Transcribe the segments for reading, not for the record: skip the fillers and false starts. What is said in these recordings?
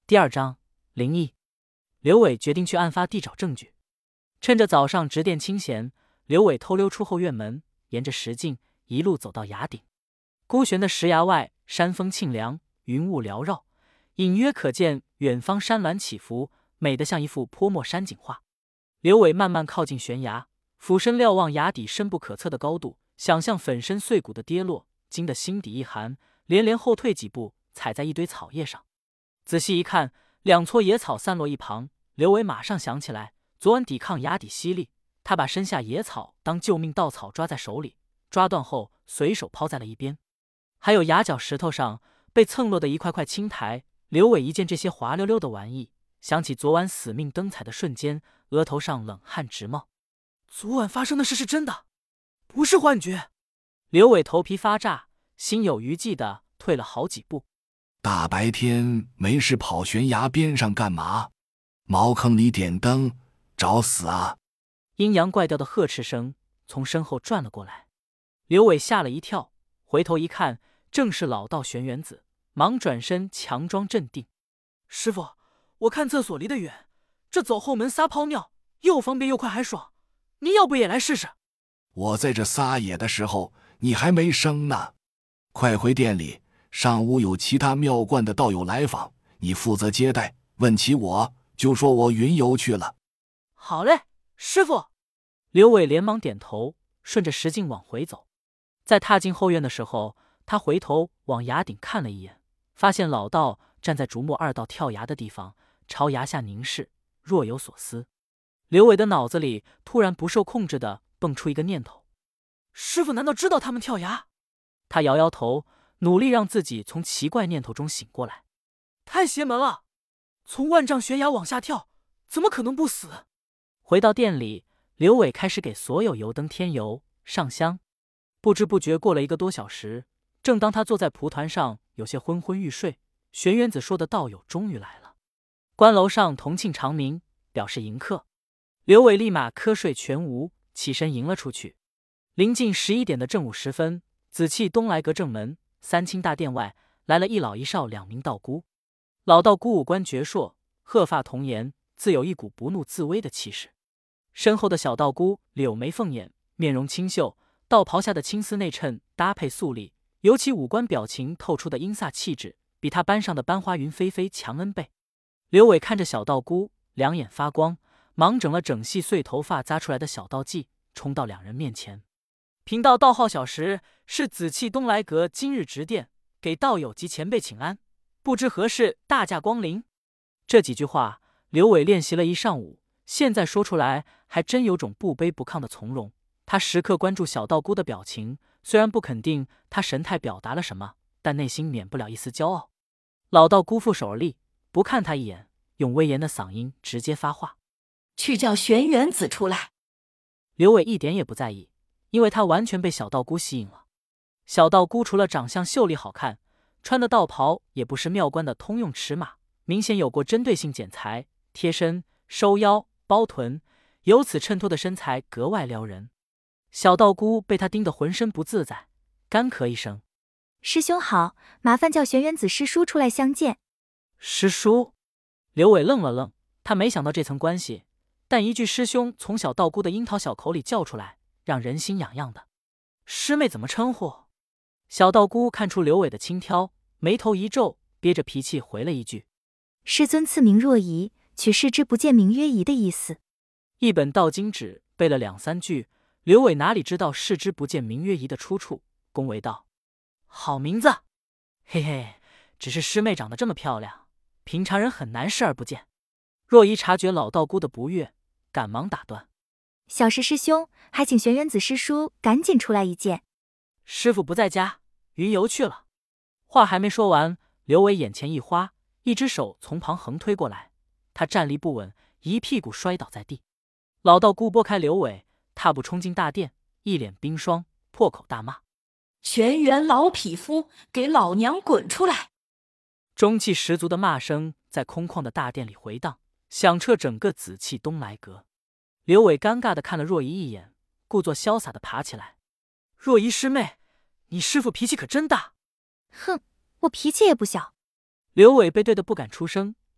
第2章灵异。刘伟决定去案发地找证据。趁着早上值电清闲，刘伟偷溜出后院门，沿着石径一路走到崖顶。孤悬的石崖外，山风沁凉，云雾缭绕，隐约可见远方山峦起伏，美得像一幅泼墨山景画。刘伟慢慢靠近悬崖，俯身瞭望崖底深不可测的高度，想象粉身碎骨的跌落，惊得心底一寒，连连后退几步，踩在一堆草叶上。仔细一看，2撮野草散落一旁，刘伟马上想起来，昨晚抵抗崖底吸力，他把身下野草当救命稻草抓在手里，抓断后随手抛在了一边。还有崖角石头上被蹭落的一块块青苔，刘伟一见这些滑溜溜的玩意，想起昨晚死命蹬踩的瞬间，额头上冷汗直冒。昨晚发生的事是真的，不是幻觉。刘伟头皮发炸，心有余悸地退了好几步。 大白天没事跑悬崖边上干嘛？茅坑里点灯，找死啊！ 阴阳怪调的呵斥声从身后转了过来。刘伟吓了一跳，回头一看，正是老道玄元子，忙转身强装镇定。师傅，我看厕所离得远，这走后门撒泡尿又方便又快还爽，您要不也来试试？ 我在这撒野的时候，你还没生呢。快回店里，上午有其他庙观的道友来访，你负责接待，问起我就说我云游去了。 好嘞，师傅。刘伟连忙点头，顺着石径往回走。在踏进后院的时候，他回头往崖顶看了一眼，发现老道站在竹木2道跳崖的地方，朝崖下凝视，若有所思。刘伟的脑子里突然不受控制地蹦出一个念头：师傅难道知道他们跳崖？他摇摇头，努力让自己从奇怪念头中醒过来。太邪门了，从万丈悬崖往下跳，怎么可能不死？回到店里，刘伟开始给所有油灯添油上香。不知不觉过了1个多小时，正当他坐在蒲团上有些昏昏欲睡，玄元子说的道友终于来了。关楼上铜磬长鸣，表示迎客。刘伟立马瞌睡全无，起身迎了出去。临近11点的正午时分，紫气东来阁正门3清大殿外来了一老一少2名道姑。老道姑五官矍铄，鹤发童颜，自有一股不怒自威的气势。身后的小道姑柳眉凤眼，面容清秀，道袍下的青丝内衬搭配素丽，尤其五官表情透出的阴飒气质，比他班上的班花云霏霏强 N 倍。刘伟看着小道姑，两眼发光，忙整了整系碎头发扎出来的小道髻，冲到2人面前。贫道道号小石，是紫气东来阁今日值殿，给道友及前辈请安，不知何事大驾光临。这几句话，刘伟练习了一上午，现在说出来还真有种不卑不亢的从容。他时刻关注小道姑的表情，虽然不肯定他神态表达了什么，但内心免不了一丝骄傲。老道姑负手而立，不看他一眼，用威严的嗓音直接发话： 去叫玄元子出来。 刘伟一点也不在意，因为他完全被小道姑吸引了。小道姑除了长相秀丽好看，穿的道袍也不是庙观的通用尺码，明显有过针对性剪裁，贴身、收腰、包臀，由此衬托的身材格外撩人。小道姑被他盯得浑身不自在，干咳一声： 师兄好，麻烦叫玄元子师叔出来相见。 师叔？刘伟愣了愣，他没想到这层关系，但一句师兄从小道姑的樱桃小口里叫出来，让人心痒痒的。师妹怎么称呼？小道姑看出刘伟的轻佻，眉头一皱，憋着脾气回了一句： 师尊赐名若仪，取视之不见名曰仪的意思。 一本道经纸背了2、3句，刘伟哪里知道视之不见名曰仪的出处，恭维道：好名字，嘿嘿，只是师妹长得这么漂亮，平常人很难视而不见。若仪察觉老道姑的不悦，赶忙打断： 小石师兄，还请玄元子师叔赶紧出来一见。 师父不在家，云游去了。话还没说完，刘伟眼前一花，一只手从旁横推过来，他站立不稳，一屁股摔倒在地。老道姑拨开刘伟，踏步冲进大殿，一脸冰霜，破口大骂： 玄元老匹夫，给老娘滚出来！ 中气十足的骂声在空旷的大殿里回荡，响彻整个紫气东来阁。刘伟尴尬地看了若仪一眼，故作潇洒地爬起来：若仪师妹，你师父脾气可真大。 哼，我脾气也不小。 刘伟被对得不敢出声，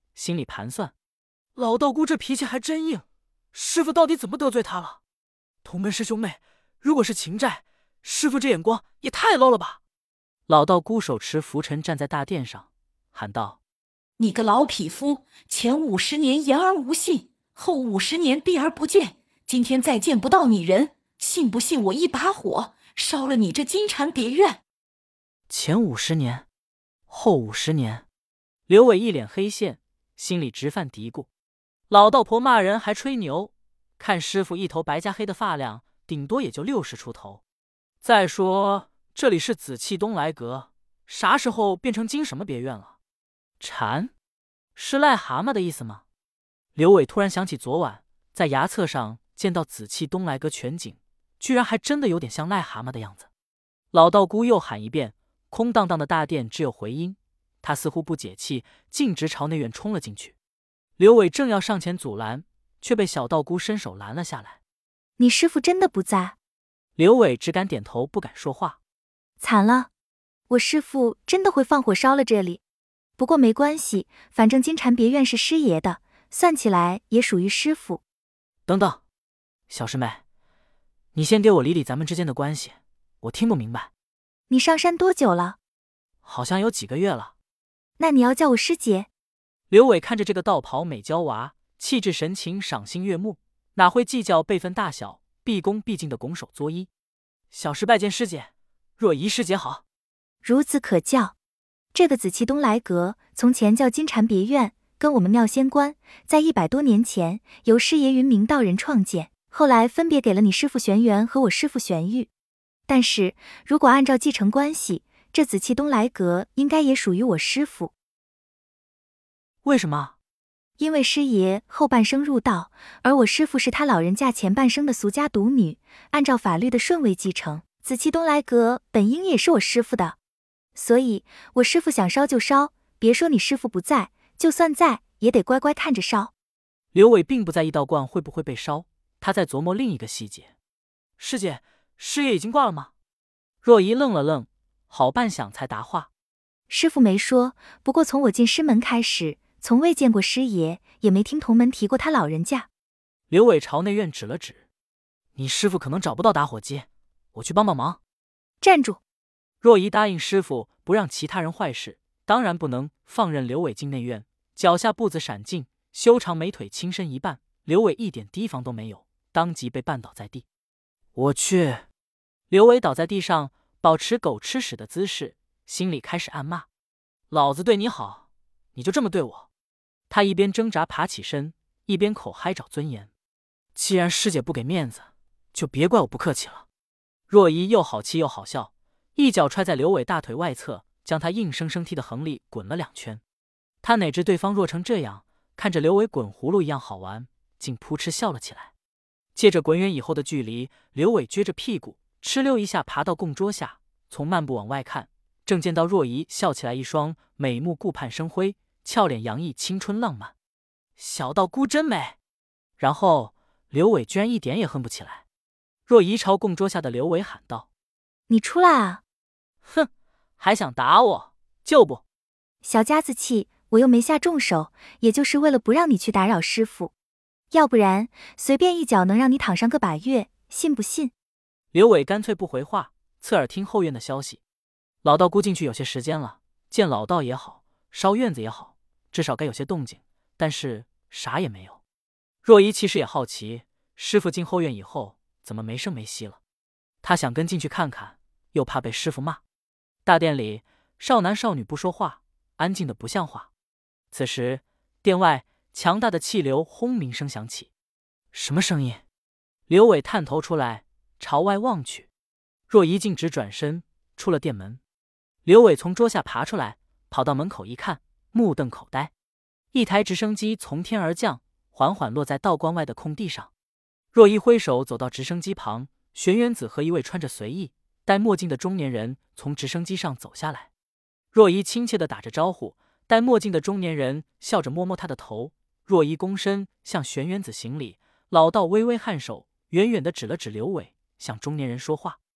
心里盘算：老道姑这脾气还真硬，师傅到底怎么得罪他了？同门师兄妹，如果是情债，师傅这眼光也太捞了吧！老道姑手持拂尘站在大殿上，喊道： 你个老匹夫，前50年言而无信，后50年避而不见，今天再见不到你人，信不信我一把火烧了你这金蝉别院？ 前50年，后50年。刘伟一脸黑线，心里直犯嘀咕：老道婆骂人还吹牛，看师傅一头白加黑的发量，顶多也就60出头。再说这里是紫气东来阁，啥时候变成金什么别院了？蝉是癞蛤蟆的意思吗？刘伟突然想起昨晚在崖侧上见到紫气东来阁全景，居然还真的有点像癞蛤蟆的样子。老道姑又喊一遍，空荡荡的大殿只有回音，他似乎不解气，径直朝内院冲了进去。刘伟正要上前阻拦，却被小道姑伸手拦了下来。 你师傅真的不在？ 刘伟只敢点头，不敢说话。 惨了，我师傅真的会放火烧了这里。不过没关系，反正金蝉别院是师爷的，算起来也属于师傅。 等等，小师妹，你先给我理理咱们之间的关系，我听不明白。 你上山多久了？ 好像有几个月了。 那你要叫我师姐。 刘伟看着这个道袍美娇娃，气质神情赏心悦目，哪会计较辈分大小，毕恭毕敬的拱手作揖。小师拜见师姐，若仪师姐好。 孺子可教。这个紫气东来阁从前叫金蝉别院，跟我们妙仙观在100多年前由师爷云明道人创建，后来分别给了你师傅玄元和我师傅玄玉。但是如果按照继承关系，这紫气东来阁应该也属于我师傅。 为什么？ 因为师爷后半生入道，而我师傅是他老人家前半生的俗家独女，按照法律的顺位继承，紫气东来阁本应也是我师傅的。所以我师傅想烧就烧，别说你师傅不在，就算在也得乖乖看着烧。 刘伟并不在意道观会不会被烧，他在琢磨另一个细节。师姐，师爷已经挂了吗？若仪愣了愣，好半晌才答话： 师傅没说，不过从我进师门开始，从未见过师爷，也没听同门提过他老人家。 刘伟朝内院指了指：你师傅可能找不到打火机，我去帮帮忙。 站住！ 若仪答应师傅不让其他人坏事，当然不能放任刘伟进内院，脚下步子闪进，修长美腿轻身一绊，刘伟一点提防都没有，当即被绊倒在地。我去！刘伟倒在地上，保持狗吃屎的姿势，心里开始暗骂：老子对你好，你就这么对我？他一边挣扎爬起身，一边口嗨找尊严。既然师姐不给面子，就别怪我不客气了。若仪又好气又好笑，一脚踹在刘伟大腿外侧，将他硬生生踢得横里滚了2圈。他哪知对方弱成这样，看着刘伟滚葫芦一样好玩，竟扑哧笑了起来。借着滚远以后的距离，刘伟撅着屁股哧溜一下爬到供桌下，从漫步往外看，正见到若仪笑起来，一双美目顾盼生辉，俏脸洋溢青春浪漫。小道姑真美。然后刘伟居然一点也恨不起来。若仪朝供桌下的刘伟喊道： 你出来啊！ 哼，还想打我？就不！ 小家子气，我又没下重手，也就是为了不让你去打扰师傅，要不然随便一脚能让你躺上个把月，信不信？ 刘伟干脆不回话，侧耳听后院的消息。老道姑进去有些时间了，见老道也好，烧院子也好，至少该有些动静，但是啥也没有。若仪其实也好奇，师傅进后院以后怎么没声没息了？他想跟进去看看，又怕被师傅骂。大殿里少男少女不说话，安静的不像话。此时殿外强大的气流轰鸣声响起。什么声音？刘伟探头出来，朝外望去。若仪径直转身出了殿门。刘伟从桌下爬出来，跑到门口一看，目瞪口呆。一台直升机从天而降，缓缓落在道观外的空地上。若仪挥手走到直升机旁，玄元子和一位穿着随意戴墨镜的中年人从直升机上走下来。若仪亲切地打着招呼，戴墨镜的中年人笑着摸摸他的头。若仪躬身向玄元子行礼，老道微微颔首，远远地指了指刘伟，向中年人说话。